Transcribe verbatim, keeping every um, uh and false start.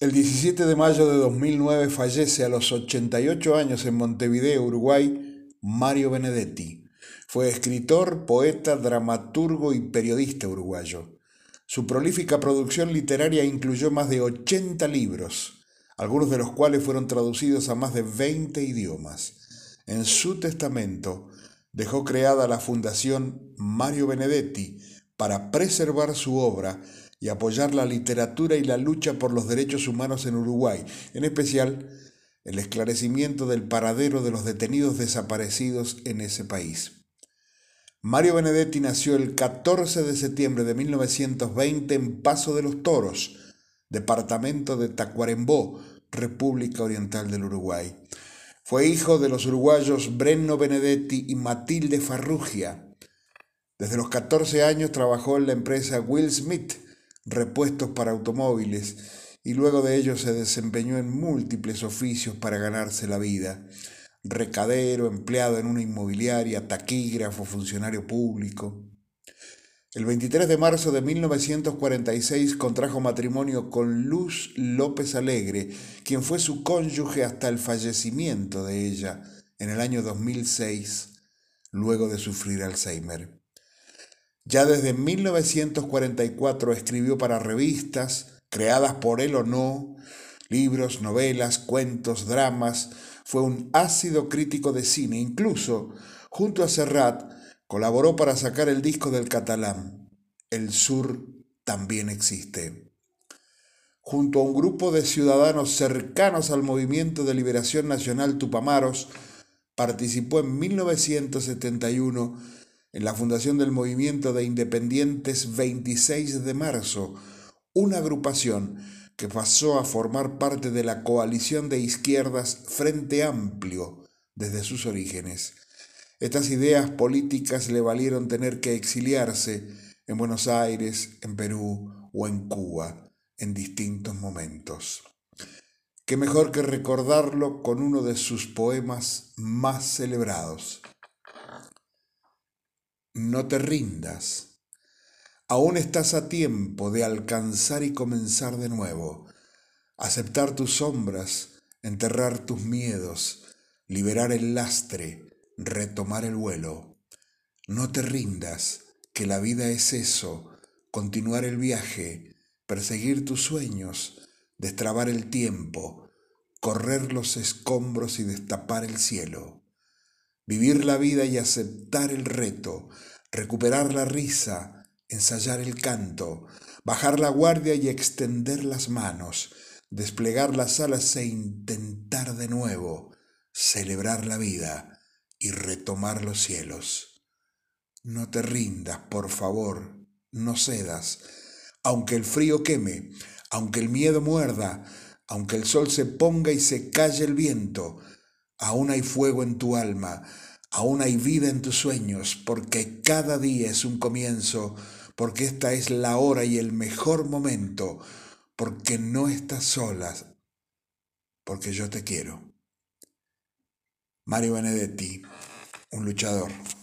El diecisiete de mayo de dos mil nueve fallece a los ochenta y ocho años en Montevideo, Uruguay, Mario Benedetti. Fue escritor, poeta, dramaturgo y periodista uruguayo. Su prolífica producción literaria incluyó más de ochenta libros, algunos de los cuales fueron traducidos a más de veinte idiomas. En su testamento dejó creada la Fundación Mario Benedetti para preservar su obra y apoyar la literatura y la lucha por los derechos humanos en Uruguay, en especial el esclarecimiento del paradero de los detenidos desaparecidos en ese país. Mario Benedetti nació el catorce de septiembre de mil novecientos veinte en Paso de los Toros, departamento de Tacuarembó, República Oriental del Uruguay. Fue hijo de los uruguayos Brenno Benedetti y Matilde Farrugia. Desde los catorce años trabajó en la empresa Will Smith, repuestos para automóviles, y luego de ello se desempeñó en múltiples oficios para ganarse la vida: recadero, empleado en una inmobiliaria, taquígrafo, funcionario público. El veintitrés de marzo de mil novecientos cuarenta y seis contrajo matrimonio con Luz López Alegre, quien fue su cónyuge hasta el fallecimiento de ella en el año dos mil seis, luego de sufrir Alzheimer. Ya desde mil novecientos cuarenta y cuatro escribió para revistas, creadas por él o no, libros, novelas, cuentos, dramas. Fue un ácido crítico de cine. Incluso, junto a Serrat, colaboró para sacar el disco del catalán, El Sur también existe. Junto a un grupo de ciudadanos cercanos al movimiento de liberación nacional Tupamaros, participó en mil novecientos setenta y uno en la fundación del Movimiento de Independientes veintiséis de marzo, una agrupación que pasó a formar parte de la coalición de izquierdas Frente Amplio desde sus orígenes. Estas ideas políticas le valieron tener que exiliarse en Buenos Aires, en Perú o en Cuba en distintos momentos. Qué mejor que recordarlo con uno de sus poemas más celebrados. No te rindas. Aún estás a tiempo de alcanzar y comenzar de nuevo. Aceptar tus sombras, enterrar tus miedos, liberar el lastre, retomar el vuelo. No te rindas, que la vida es eso, continuar el viaje, perseguir tus sueños, destrabar el tiempo, correr los escombros y destapar el cielo. Vivir la vida y aceptar el reto, recuperar la risa, ensayar el canto, bajar la guardia y extender las manos, desplegar las alas e intentar de nuevo, celebrar la vida y retomar los cielos. No te rindas, por favor, no cedas, aunque el frío queme, aunque el miedo muerda, aunque el sol se ponga y se calle el viento. Aún hay fuego en tu alma, aún hay vida en tus sueños, porque cada día es un comienzo, porque esta es la hora y el mejor momento, porque no estás sola, porque yo te quiero. Mario Benedetti, un luchador.